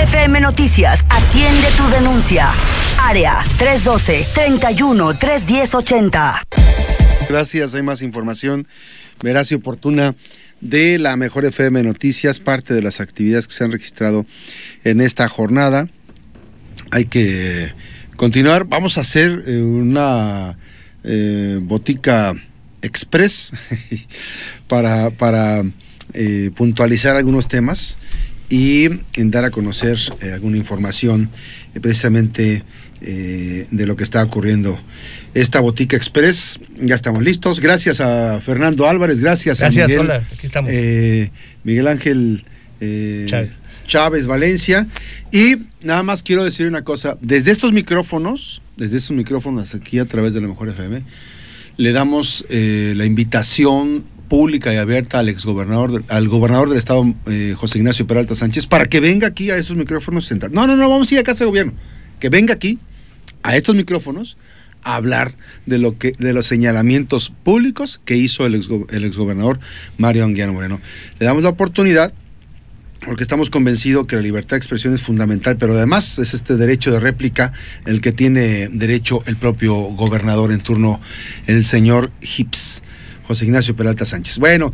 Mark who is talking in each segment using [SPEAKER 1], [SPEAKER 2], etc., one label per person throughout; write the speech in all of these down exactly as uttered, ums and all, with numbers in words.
[SPEAKER 1] F M Noticias atiende tu denuncia. Área tres uno dos, tres uno, tres uno cero, ochenta.
[SPEAKER 2] Gracias, hay más información veraz y oportuna de la Mejor F M Noticias, parte de las actividades que se han registrado en esta jornada. Hay que continuar, vamos a hacer eh, una eh, botica express para, para eh, puntualizar algunos temas y dar a conocer eh, alguna información eh, precisamente eh, de lo que está ocurriendo. Esta botica express, ya estamos listos. Gracias a Fernando Álvarez, gracias,
[SPEAKER 3] gracias
[SPEAKER 2] a Miguel,
[SPEAKER 3] hola, aquí estamos.
[SPEAKER 2] Eh, Miguel Ángel eh,
[SPEAKER 3] Chávez.
[SPEAKER 2] Chávez Valencia. Y nada más quiero decir una cosa, desde estos micrófonos, desde estos micrófonos aquí a través de la Mejor F M, le damos eh, la invitación pública y abierta al exgobernador, al gobernador del estado, eh, José Ignacio Peralta Sánchez, para que venga aquí a esos micrófonos sentados. No, no, no, vamos a ir a casa de gobierno. Que venga aquí a estos micrófonos a hablar de lo que, de los señalamientos públicos que hizo el, ex, el exgobernador Mario Anguiano Moreno. Le damos la oportunidad porque estamos convencidos que la libertad de expresión es fundamental, pero además es este derecho de réplica el que tiene derecho el propio gobernador en turno, el señor Hips, José Ignacio Peralta Sánchez. Bueno,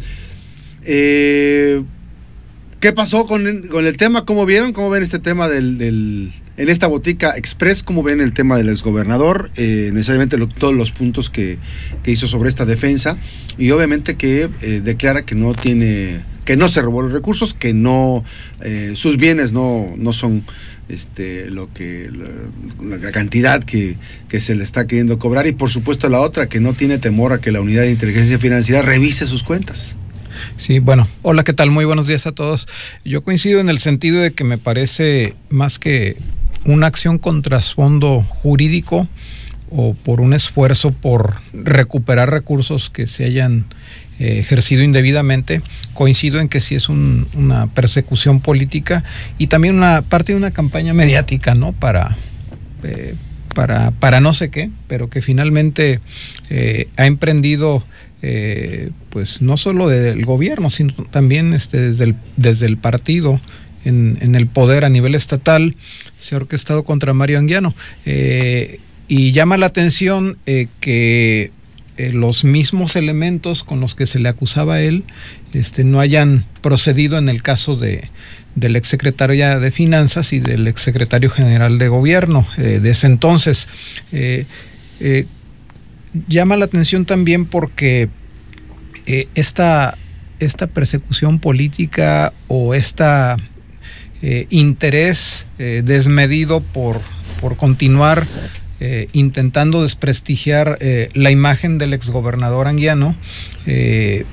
[SPEAKER 2] eh, ¿qué pasó con el, con el tema? ¿Cómo vieron? ¿Cómo ven este tema del, del en esta botica express? ¿Cómo ven el tema del exgobernador? Eh, necesariamente lo, todos los puntos que, que hizo sobre esta defensa y obviamente que eh, declara que no tiene, que no se robó los recursos, que no, eh, sus bienes no, no son este lo que la, la cantidad que, que se le está queriendo cobrar, y por supuesto la otra, que no tiene temor a que la unidad de inteligencia financiera revise sus cuentas.
[SPEAKER 4] Sí, bueno, hola, ¿qué tal? Muy buenos días a todos. Yo coincido en el sentido de que me parece más que una acción con trasfondo jurídico o por un esfuerzo por recuperar recursos que se hayan eh, ejercido indebidamente, coincido en que sí es un, una persecución política y también una parte de una campaña mediática, ¿no? Para, eh, para, para no sé qué, pero que finalmente eh, ha emprendido eh, pues no solo del gobierno, sino también este, desde, el, desde el partido en, en el poder a nivel estatal, se ha orquestado contra Mario Anguiano. Eh, y llama la atención eh, que eh, los mismos elementos con los que se le acusaba a él este, no hayan procedido en el caso de, del exsecretario de Finanzas y del exsecretario general de Gobierno eh, de ese entonces. Eh, eh, llama la atención también porque eh, esta, esta persecución política o esta eh, interés eh, desmedido por, por continuar Eh, intentando desprestigiar eh, la imagen del exgobernador Anguiano, eh,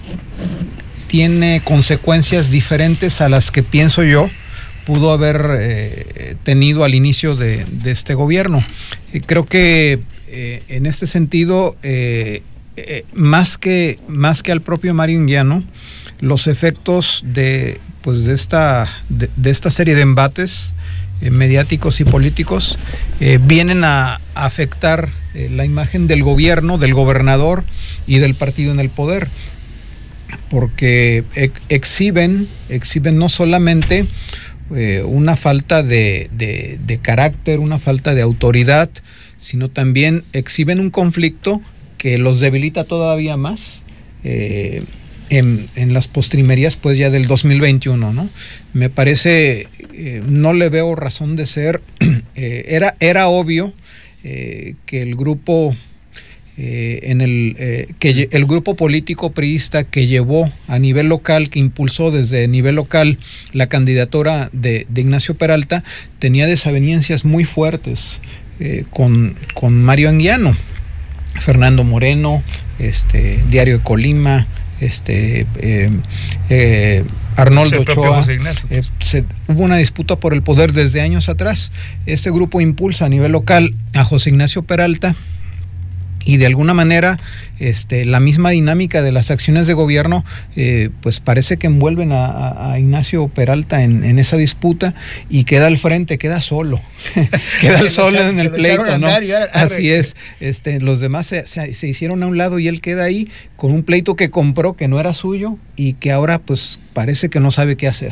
[SPEAKER 4] tiene consecuencias diferentes a las que pienso yo pudo haber eh, tenido al inicio de, de este gobierno. Eh, creo que eh, en este sentido, eh, eh, más que, más que al propio Mario Anguiano, los efectos de, pues de, esta, de, de esta serie de embates Eh, mediáticos y políticos eh, vienen a, a afectar eh, la imagen del gobierno, del gobernador y del partido en el poder, porque ex exhiben, exhiben no solamente eh, una falta de, de, de carácter, una falta de autoridad, sino también exhiben un conflicto que los debilita todavía más eh, En, en las postrimerías pues ya del dos mil veintiuno, ¿no? Me parece, eh, no le veo razón de ser. eh, era, era obvio eh, que el grupo eh, en el eh, que el grupo político priista que llevó a nivel local, que impulsó desde nivel local la candidatura de, de Ignacio Peralta, tenía desavenencias muy fuertes eh, con, con Mario Anguiano, Fernando Moreno, este Diario de Colima, este eh, eh, Arnoldo Ochoa, eh, se, hubo una disputa por el poder desde años atrás. Este grupo impulsa a nivel local a José Ignacio Peralta y de alguna manera este, la misma dinámica de las acciones de gobierno eh, pues parece que envuelven a, a, a Ignacio Peralta en, en esa disputa y queda al frente, queda solo queda solo en el pleito, ¿no? Así es, este, los demás se, se, se hicieron a un lado y él queda ahí con un pleito que compró, que no era suyo y que ahora pues parece que no sabe qué hacer.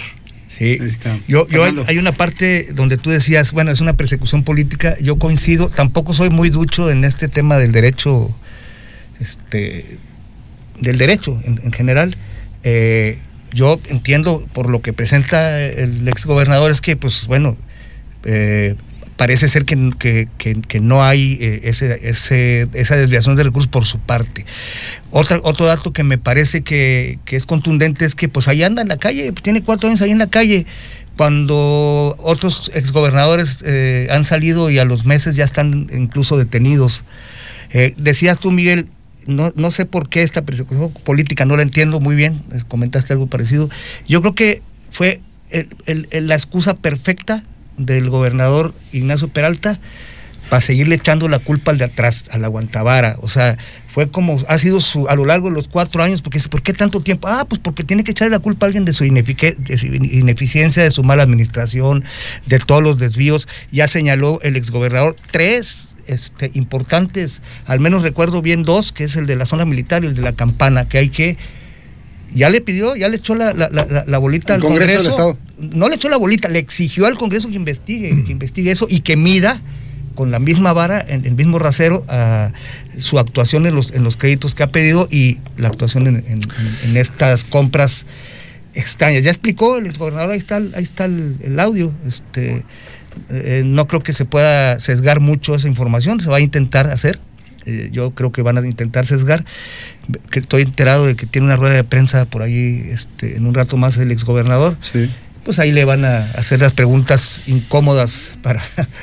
[SPEAKER 3] Sí,
[SPEAKER 2] Ahí está.
[SPEAKER 3] yo, yo hay,
[SPEAKER 2] Fernando.
[SPEAKER 3] hay una parte donde tú decías, bueno, es una persecución política, yo coincido, tampoco soy muy ducho en este tema del derecho, este, del derecho en, en general. Eh, yo entiendo por lo que presenta el exgobernador es que, pues bueno, eh, parece ser que, que, que, que no hay eh, ese, ese, esa desviación de recursos por su parte. Otra, otro dato que me parece que, que es contundente es que pues ahí anda en la calle, tiene cuatro años ahí en la calle, cuando otros exgobernadores eh, han salido y a los meses ya están incluso detenidos. Eh, decías tú, Miguel, no, no sé por qué esta persecución política, no la entiendo muy bien, comentaste algo parecido. Yo creo que fue el, el, el, la excusa perfecta del gobernador Ignacio Peralta para seguirle echando la culpa al de atrás, a la Guantabara. O sea, fue como ha sido su a lo largo de los cuatro años, porque ¿por qué tanto tiempo? Ah, pues porque tiene que echarle la culpa a alguien de su, inefic- de su ineficiencia, de su mala administración, de todos los desvíos. Ya señaló el exgobernador tres este, importantes, al menos recuerdo bien dos, que es el de la zona militar y el de la Campana, que hay que ya le pidió, ya le echó la, la, la, la bolita al
[SPEAKER 2] Congreso
[SPEAKER 3] Congreso.
[SPEAKER 2] del Estado.
[SPEAKER 3] No le echó la bolita, le exigió al Congreso que investigue, mm. que investigue eso y que mida con la misma vara, en el mismo rasero, a su actuación en los, en los créditos que ha pedido y la actuación en, en, en estas compras extrañas. Ya explicó el exgobernador, ahí está, ahí está el, el audio. Este, eh, no creo que se pueda sesgar mucho esa información, se va a intentar hacer. Eh, yo creo que van a intentar sesgar, que estoy enterado de que tiene una rueda de prensa por ahí este, en un rato más el exgobernador.
[SPEAKER 2] Sí.
[SPEAKER 3] Pues ahí le van a hacer las preguntas incómodas para...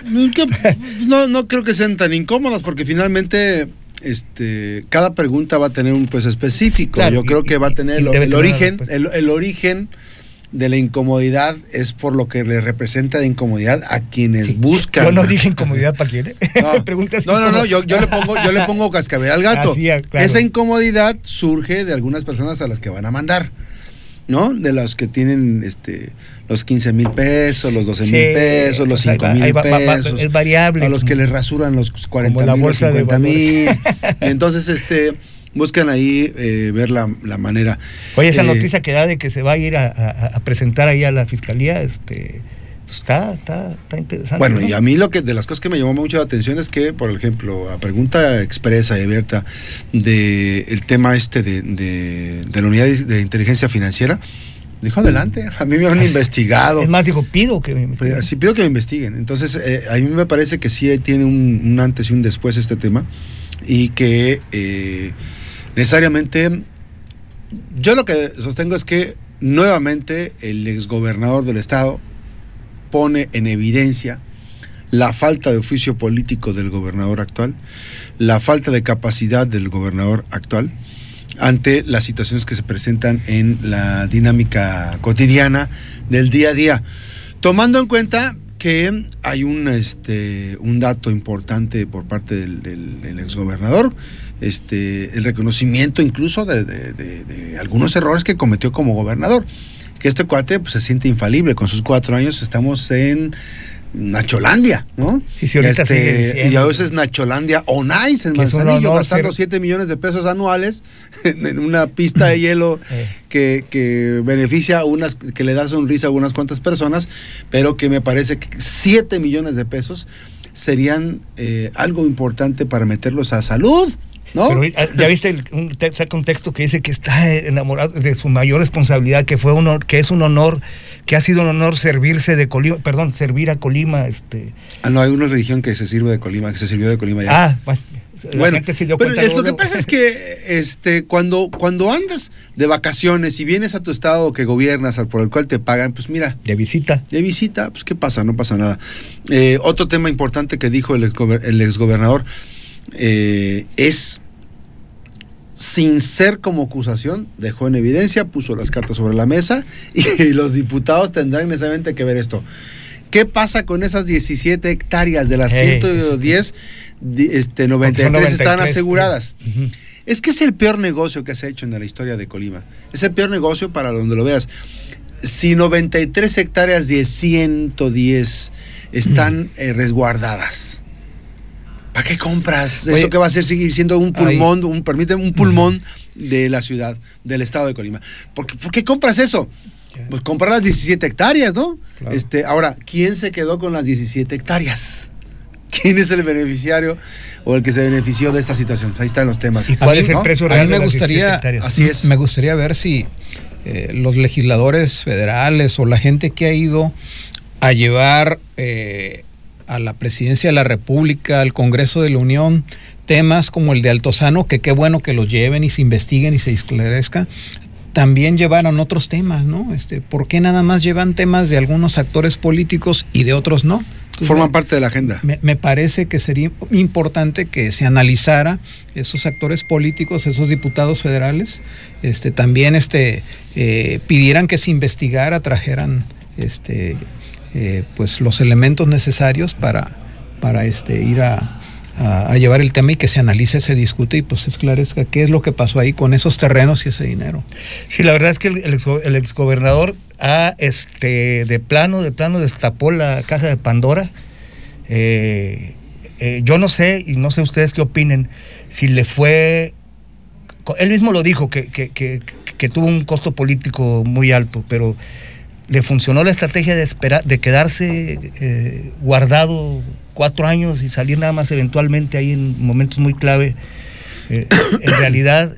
[SPEAKER 2] No, no creo que sean tan incómodas porque finalmente este, cada pregunta va a tener un pues específico.
[SPEAKER 3] Claro,
[SPEAKER 2] Yo
[SPEAKER 3] y,
[SPEAKER 2] creo que va a tener el, el origen, el, el origen de la incomodidad es por lo que le representa de incomodidad a quienes sí. buscan.
[SPEAKER 3] Yo no dije incomodidad para quién, ¿eh?
[SPEAKER 2] No,
[SPEAKER 3] Preguntas
[SPEAKER 2] no, no, no, yo, yo le pongo, yo le pongo cascabel al gato.
[SPEAKER 3] Así, claro.
[SPEAKER 2] Esa incomodidad surge de algunas personas a las que van a mandar, ¿no? De los que tienen este los quince mil pesos, los doce mil sí, pesos, los cinco mil pesos.
[SPEAKER 3] Es variable.
[SPEAKER 2] A los que les rasuran los cuarenta mil, los cincuenta mil. Entonces, este... buscan ahí eh, ver la, la manera.
[SPEAKER 3] Oye, esa
[SPEAKER 2] eh,
[SPEAKER 3] noticia que da de que se va a ir a, a, a presentar ahí a la fiscalía, este, pues está, está, está interesante.
[SPEAKER 2] Bueno,
[SPEAKER 3] ¿no?
[SPEAKER 2] Y a mí lo que de las cosas que me llamó mucho la atención es que, por ejemplo, a pregunta expresa y abierta de el tema este de, de, de la unidad de inteligencia financiera, dijo adelante, a mí me han investigado.
[SPEAKER 3] Es más, dijo, pido que me investiguen.
[SPEAKER 2] Pues, sí, pido que me investiguen. Entonces, eh, a mí me parece que sí tiene un, un antes y un después este tema y que... Eh, necesariamente, yo lo que sostengo es que nuevamente el exgobernador del estado pone en evidencia la falta de oficio político del gobernador actual, la falta de capacidad del gobernador actual ante las situaciones que se presentan en la dinámica cotidiana del día a día, tomando en cuenta que hay un, este, un dato importante por parte del, del, del exgobernador, este, el reconocimiento incluso de, de, de, de algunos errores que cometió como gobernador, que este cuate pues, se siente infalible, con sus cuatro años estamos en Nacholandia, ¿no?
[SPEAKER 3] Sí, sí, ahorita
[SPEAKER 2] este,
[SPEAKER 3] sigue
[SPEAKER 2] y a veces Nacholandia o Nice en Manzanillo, gastando siete millones de pesos anuales en una pista de hielo eh. que, que beneficia unas, que le da sonrisa a unas cuantas personas, pero que me parece que siete millones de pesos serían eh, algo importante para meterlos a salud, ¿no?
[SPEAKER 3] Pero ya viste, el, un, te, saca un texto que dice que está enamorado de su mayor responsabilidad, que fue un honor, que es un honor, que ha sido un honor servirse de Colima, perdón, servir a Colima, este.
[SPEAKER 2] Ah, no, hay una religión que se sirve de Colima, que se sirvió de Colima ya.
[SPEAKER 3] Ah, bueno.
[SPEAKER 2] Bueno, pero es, lo que pasa es que este, cuando, cuando andas de vacaciones y vienes a tu estado que gobiernas, por el cual te pagan, pues mira.
[SPEAKER 3] De visita.
[SPEAKER 2] De visita, pues qué pasa, no pasa nada. Eh, otro tema importante que dijo el, exgober, el exgobernador eh, es, sin ser como acusación, dejó en evidencia, puso las cartas sobre la mesa y los diputados tendrán necesariamente que ver esto. ¿Qué pasa con esas diecisiete hectáreas de las hey, ciento diez? Este, noventa y tres, noventa y tres están aseguradas. Sí. Uh-huh. Es que es el peor negocio que se ha hecho en la historia de Colima. Es el peor negocio para donde lo veas. Si noventa y tres hectáreas de ciento diez están uh-huh. eh, resguardadas, ¿para qué compras? Oye, eso que va a ser seguir siendo un pulmón, un, permíteme, un pulmón uh-huh. de la ciudad, del estado de Colima. ¿Por qué, ¿Por qué compras eso? pues comprar las diecisiete hectáreas, ¿no?
[SPEAKER 4] Claro.
[SPEAKER 2] Este, ahora, ¿quién se quedó con las diecisiete hectáreas? ¿Quién es el beneficiario o el que se benefició de esta situación? Ahí están los temas.
[SPEAKER 3] ¿Y cuál
[SPEAKER 2] mí,
[SPEAKER 3] es el
[SPEAKER 2] ¿no?
[SPEAKER 3] precio
[SPEAKER 4] A
[SPEAKER 3] real
[SPEAKER 4] mí
[SPEAKER 3] de
[SPEAKER 4] me
[SPEAKER 3] las
[SPEAKER 4] gustaría,
[SPEAKER 3] diecisiete hectáreas?
[SPEAKER 2] Así es.
[SPEAKER 4] Me gustaría ver si eh, los legisladores federales o la gente que ha ido a llevar eh, a la presidencia de la República, al Congreso de la Unión, temas como el de Altozano, que qué bueno que los lleven y se investiguen y se esclarezca, también llevaron otros temas, ¿no? Este, ¿por qué nada más llevan temas de algunos actores políticos y de otros no? Entonces,
[SPEAKER 2] Forman
[SPEAKER 4] me,
[SPEAKER 2] parte de la agenda.
[SPEAKER 4] Me, me parece que sería importante que se analizara esos actores políticos, esos diputados federales, este, también este, eh, pidieran que se investigara, trajeran este, eh, pues los elementos necesarios para, para este, ir a... A, a llevar el tema y que se analice, se discute y pues se esclarezca qué es lo que pasó ahí con esos terrenos y ese dinero.
[SPEAKER 3] Sí, la verdad es que el, el, ex, el exgobernador ha, este, de plano, de plano destapó la caja de Pandora. Eh, eh, yo no sé, y no sé ustedes qué opinen, si le fue... Él mismo lo dijo, que, que, que, que tuvo un costo político muy alto, pero le funcionó la estrategia de esperar, de quedarse eh, guardado cuatro años y salir nada más eventualmente ahí en momentos muy clave. Eh, en realidad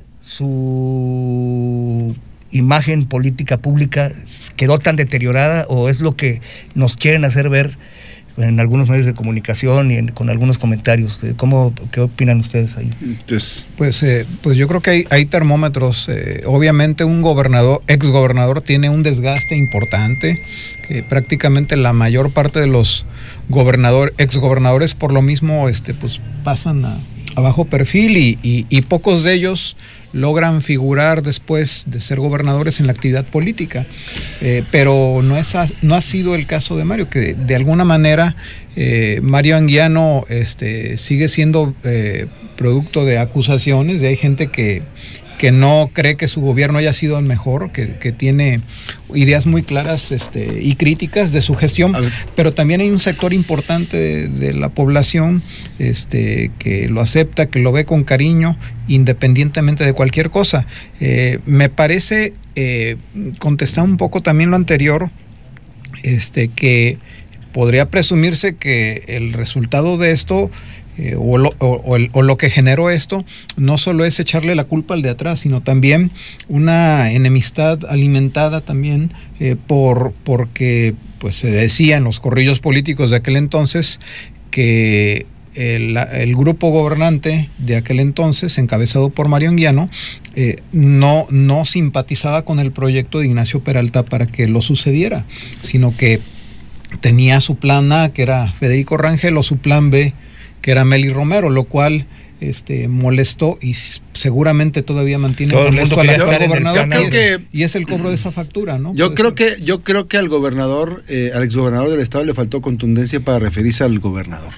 [SPEAKER 3] su imagen política pública quedó tan deteriorada, o es lo que nos quieren hacer ver en algunos medios de comunicación y en, con algunos comentarios. ¿Cómo, qué opinan ustedes ahí?
[SPEAKER 2] Entonces,
[SPEAKER 4] Pues, eh, pues yo creo que hay, hay termómetros. Eh, obviamente un gobernador, exgobernador tiene un desgaste importante, que prácticamente la mayor parte de los gobernador, exgobernadores por lo mismo este, pues, pasan a, a bajo perfil y, y, y pocos de ellos logran figurar después de ser gobernadores en la actividad política. Eh, pero no, es, no ha sido el caso de Mario, que de, de alguna manera eh, Mario Anguiano este, sigue siendo eh, producto de acusaciones, de hay gente que, que no cree que su gobierno haya sido el mejor, que, que tiene ideas muy claras este, y críticas de su gestión, pero también hay un sector importante de, de la población este, que lo acepta, que lo ve con cariño, independientemente de cualquier cosa. Eh, me parece, eh, contestar un poco también lo anterior, este, que podría presumirse que el resultado de esto Eh, o, lo, o, o, el, o lo que generó esto no solo es echarle la culpa al de atrás, sino también una enemistad alimentada también eh, por porque pues se decía en los corrillos políticos de aquel entonces que el, el grupo gobernante de aquel entonces, encabezado por Mario Anguiano, eh, no, no simpatizaba con el proyecto de Ignacio Peralta para que lo sucediera, sino que tenía su plan A, que era Federico Rangel, o su plan B, que era Meli Romero, lo cual este, molestó y seguramente todavía mantiene
[SPEAKER 3] Todo
[SPEAKER 4] molesto al actual gobernador,
[SPEAKER 2] yo creo que,
[SPEAKER 4] y es el cobro de esa factura, ¿no?
[SPEAKER 2] Yo creo ser. que yo creo que al gobernador, eh, al exgobernador del estado le faltó contundencia para referirse al gobernador.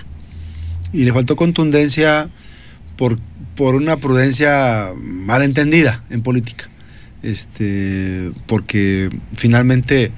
[SPEAKER 2] Y le faltó contundencia por, por una prudencia malentendida en política. Este, porque finalmente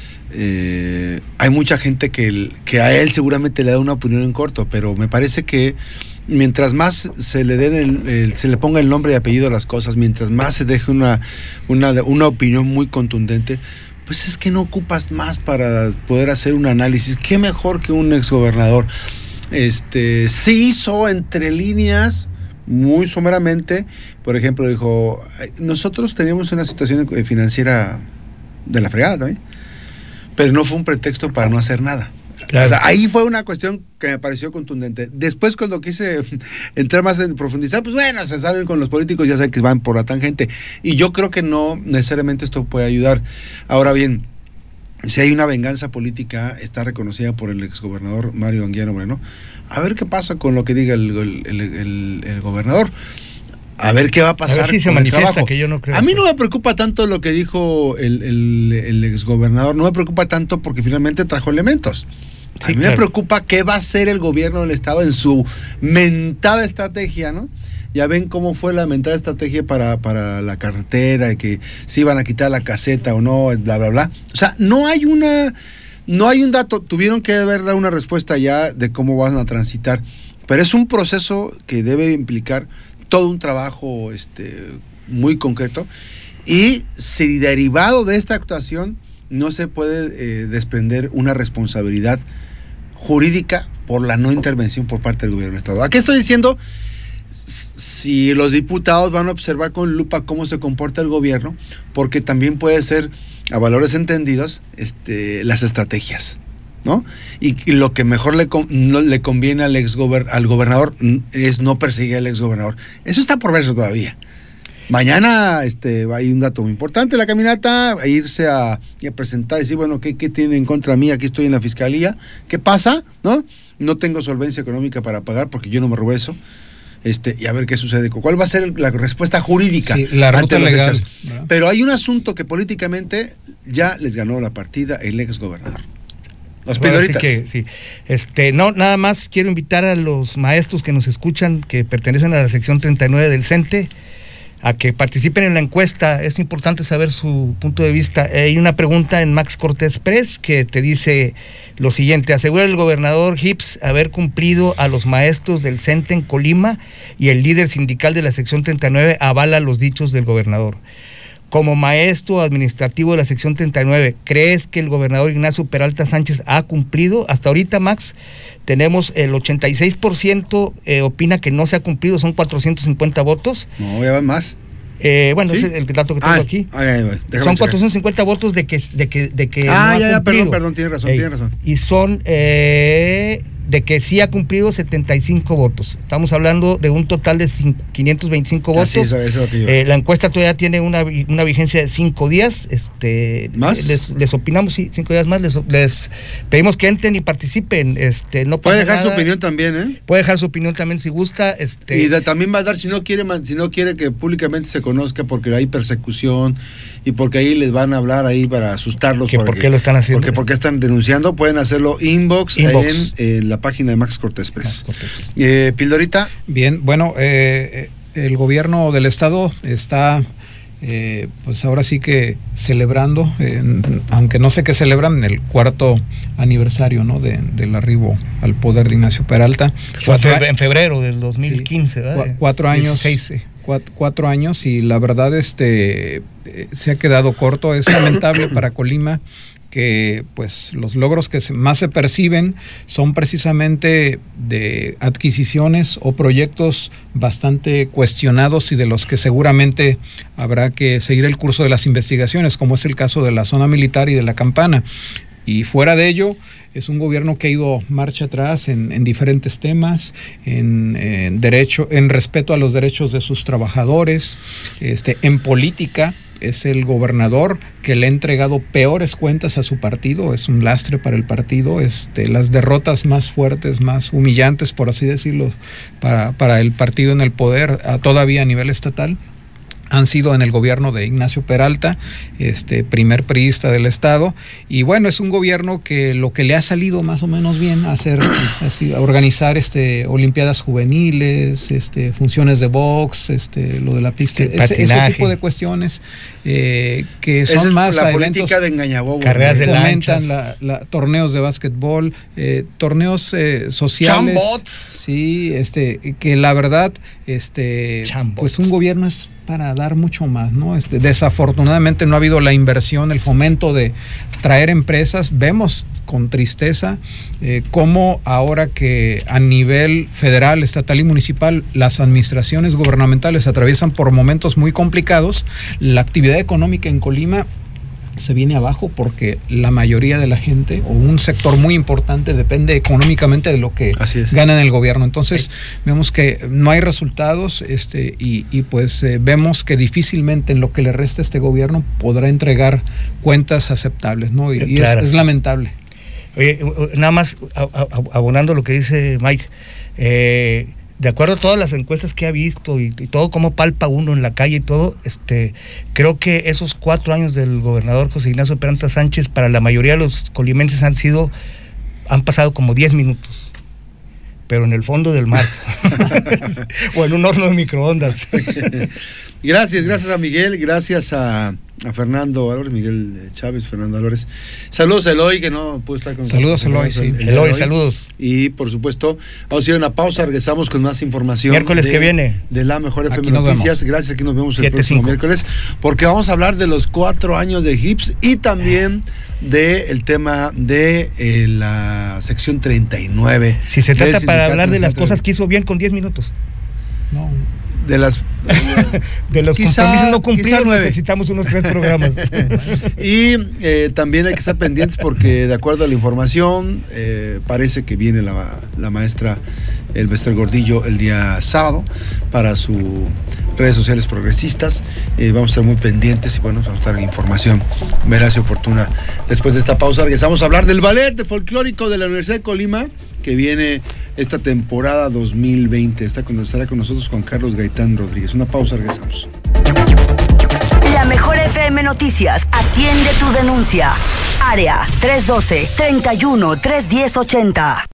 [SPEAKER 2] Eh, hay mucha gente que, que a él seguramente le da una opinión en corto, pero me parece que mientras más se le den el, el, se le ponga el nombre y apellido a las cosas, mientras más se deje una, una, una opinión muy contundente, pues es que no ocupas más para poder hacer un análisis. Qué mejor que un exgobernador. Este, sí hizo entre líneas, muy someramente, por ejemplo, dijo, nosotros teníamos una situación financiera de la fregada también, pero no fue un pretexto para no hacer nada. Claro. O sea, ahí fue una cuestión que me pareció contundente. Después, cuando quise entrar más en profundizar, pues bueno, se saben con los políticos, ya saben que van por la tangente. Y yo creo que no necesariamente esto puede ayudar. Ahora bien, si hay una venganza política, está reconocida por el exgobernador Mario Anguiano Moreno. A ver qué pasa con lo que diga el, el, el, el, el gobernador. A ver qué va a pasar.
[SPEAKER 3] A ver si se
[SPEAKER 2] con
[SPEAKER 3] manifiesta,
[SPEAKER 2] el trabajo.
[SPEAKER 3] que yo no creo.
[SPEAKER 2] A mí no me preocupa tanto lo que dijo el, el, el exgobernador, no me preocupa tanto porque finalmente trajo elementos. A
[SPEAKER 3] Sí,
[SPEAKER 2] mí
[SPEAKER 3] claro.
[SPEAKER 2] me preocupa qué va a hacer el gobierno del estado en su mentada estrategia, ¿no? Ya ven cómo fue la mentada estrategia para, para la carretera, que si iban a quitar la caseta o no, bla, bla, bla. O sea, no hay una, no hay un dato, tuvieron que haber dado una respuesta ya de cómo van a transitar, pero es un proceso que debe implicar todo un trabajo este, muy concreto, y si derivado de esta actuación no se puede eh, desprender una responsabilidad jurídica por la no intervención por parte del gobierno del Estado. ¿A qué estoy diciendo? Si los diputados van a observar con lupa cómo se comporta el gobierno, porque también puede ser, a valores entendidos, este, las estrategias, ¿no? Y, y lo que mejor le, no, le conviene al ex gober, al gobernador es no perseguir al ex gobernador. Eso está por verse todavía. Mañana este, hay un dato muy importante, la caminata, a irse a, a presentar y decir, bueno, ¿qué, ¿qué tiene en contra mí? Aquí estoy en la fiscalía. ¿Qué pasa? ¿No? No tengo solvencia económica para pagar porque yo no me robé eso. Este, y a ver qué sucede. ¿Cuál va a ser la respuesta jurídica?
[SPEAKER 3] Sí, la ruta legal.
[SPEAKER 2] Pero hay un asunto que políticamente ya les ganó la partida el ex gobernador. Los pildoritas.
[SPEAKER 3] Que, sí. Este, no, nada más quiero invitar a los maestros que nos escuchan, que pertenecen a la sección treinta y nueve del CENTE, a que participen en la encuesta. Es importante saber su punto de vista. Hay una pregunta en Max Cortés Press que te dice lo siguiente: asegura el gobernador Hips haber cumplido a los maestros del CENTE en Colima y el líder sindical de la sección treinta y nueve avala los dichos del gobernador. Como maestro administrativo de la sección treinta y nueve, ¿crees que el gobernador Ignacio Peralta Sánchez ha cumplido? Hasta ahorita, Max, tenemos el ochenta y seis por ciento eh, opina que no se ha cumplido, son cuatrocientos cincuenta votos.
[SPEAKER 2] No, ya van más.
[SPEAKER 3] Eh, bueno, ¿sí? Ese es el dato que tengo
[SPEAKER 2] ah,
[SPEAKER 3] aquí.
[SPEAKER 2] Ay, ay, ay,
[SPEAKER 3] son cuatrocientos cincuenta votos de que, de que, de que
[SPEAKER 2] ah,
[SPEAKER 3] no
[SPEAKER 2] ya,
[SPEAKER 3] ha
[SPEAKER 2] ya,
[SPEAKER 3] cumplido.
[SPEAKER 2] perdón, perdón, tiene razón,
[SPEAKER 3] Ey,
[SPEAKER 2] tiene razón.
[SPEAKER 3] Y son eh, de que sí ha cumplido setenta y cinco votos. Estamos hablando de un total de quinientos veinticinco votos.
[SPEAKER 2] Ah, sí, eso, eso es lo que yo...
[SPEAKER 3] eh, la encuesta todavía tiene una, una vigencia de cinco días. Este,
[SPEAKER 2] ¿Más?
[SPEAKER 3] Les, les opinamos, sí, cinco días más. Les, les pedimos que entren y participen. Este, no
[SPEAKER 2] puede dejar
[SPEAKER 3] nada.
[SPEAKER 2] su opinión también, ¿eh?
[SPEAKER 3] Puede dejar su opinión también si gusta. Este,
[SPEAKER 2] y de, también va a dar, si no quiere, si no quiere que públicamente se conozca, porque hay persecución y porque ahí les van a hablar ahí para asustarlos.
[SPEAKER 3] ¿Que ¿Por qué lo están haciendo?
[SPEAKER 2] Porque, porque están denunciando, pueden hacerlo inbox,
[SPEAKER 3] inbox.
[SPEAKER 2] En, en la página de Max Cortés Press. Eh, Pildorita.
[SPEAKER 4] Bien, bueno, eh, el gobierno del estado está, eh, pues ahora sí que celebrando, eh, aunque no sé qué celebran, el cuarto aniversario, ¿no? De, del arribo al poder de Ignacio Peralta.
[SPEAKER 3] Cuatro, en febrero del dos mil quince, sí,
[SPEAKER 4] ¿verdad? Cuatro años.
[SPEAKER 3] dieciséis, sí.
[SPEAKER 4] Cuatro, cuatro años y la verdad este eh, se ha quedado corto. Es lamentable para Colima que pues los logros que se, más se perciben son precisamente de adquisiciones o proyectos bastante cuestionados y de los que seguramente habrá que seguir el curso de las investigaciones, como es el caso de la zona militar y de la Campana. Y fuera de ello, es un gobierno que ha ido marcha atrás en, en diferentes temas, en, en derecho, en respeto a los derechos de sus trabajadores, este, en política. Es el gobernador que le ha entregado peores cuentas a su partido, es un lastre para el partido. Este, las derrotas más fuertes, más humillantes, por así decirlo, para, para el partido en el poder, a, todavía a nivel estatal, han sido en el gobierno de Ignacio Peralta, este primer priista del estado, y bueno, es un gobierno que lo que le ha salido más o menos bien hacer, así, a organizar este olimpiadas juveniles, este funciones de box, este lo de la pista, ese, ese tipo de cuestiones eh, que son
[SPEAKER 2] Esa es
[SPEAKER 4] más
[SPEAKER 2] la
[SPEAKER 4] eventos,
[SPEAKER 2] política de engañabobo,
[SPEAKER 3] carreras de
[SPEAKER 4] fomentan la, la, torneos de básquetbol, eh, torneos eh, sociales,
[SPEAKER 2] Chambots.
[SPEAKER 4] Sí, este que la verdad, este
[SPEAKER 3] Chambots.
[SPEAKER 4] Pues un gobierno es para dar mucho más, ¿no? Este, desafortunadamente no ha habido la inversión, el fomento de traer empresas. Vemos con tristeza eh, cómo ahora que a nivel federal, estatal y municipal las administraciones gubernamentales atraviesan por momentos muy complicados, la actividad económica en Colima se viene abajo porque la mayoría de la gente o un sector muy importante depende económicamente de lo que gana en el gobierno. Entonces, sí, vemos que no hay resultados este y, y pues eh, vemos que difícilmente en lo que le resta a este gobierno podrá entregar cuentas aceptables, ¿no? Y, y es, es lamentable.
[SPEAKER 3] Oye, nada más abonando lo que dice Mike, eh, de acuerdo a todas las encuestas que ha visto y, y todo cómo palpa uno en la calle y todo, este, creo que esos cuatro años del gobernador José Ignacio Peralta Sánchez para la mayoría de los colimenses han sido, han pasado como diez minutos. pero en el fondo del mar. O en un horno de microondas.
[SPEAKER 2] Gracias, gracias a Miguel, gracias a, a Fernando Álvarez, Miguel Chávez, Fernando Álvarez. Saludos a Eloy, que no puede estar con nosotros.
[SPEAKER 4] Saludos, Eloy, sí.
[SPEAKER 3] Eloy, Eloy, saludos.
[SPEAKER 2] Y por supuesto, vamos a ir a una pausa, regresamos con más información.
[SPEAKER 3] Miércoles
[SPEAKER 2] de,
[SPEAKER 3] que viene.
[SPEAKER 2] De la Mejor F M
[SPEAKER 4] Aquí
[SPEAKER 2] Noticias. Gracias, aquí nos vemos el próximo
[SPEAKER 3] cinco.
[SPEAKER 2] miércoles, porque vamos a hablar de los cuatro años de Hips y también del tema de eh, la sección treinta y nueve.
[SPEAKER 3] Si se trata para hablar de las
[SPEAKER 2] Nacional
[SPEAKER 3] cosas que hizo bien con diez minutos.
[SPEAKER 4] No.
[SPEAKER 2] de las
[SPEAKER 3] de los
[SPEAKER 2] quizá,
[SPEAKER 3] compromisos no cumplidos
[SPEAKER 2] nueve.
[SPEAKER 3] Necesitamos unos tres programas.
[SPEAKER 2] Y eh, también hay que estar pendientes porque de acuerdo a la información eh, parece que viene la, la maestra Elbester Gordillo el día sábado para sus redes sociales progresistas. Eh, vamos a estar muy pendientes y bueno, vamos a estar en información veraz y oportuna. Después de esta pausa regresamos a hablar del ballet folclórico de la Universidad de Colima que viene esta temporada dos mil veinte. Está con, estará con nosotros Juan Carlos Gaitán Rodríguez. Una pausa, regresamos.
[SPEAKER 1] La Mejor F M Noticias atiende tu denuncia. Área tres uno dos, tres uno, tres uno cero ochenta.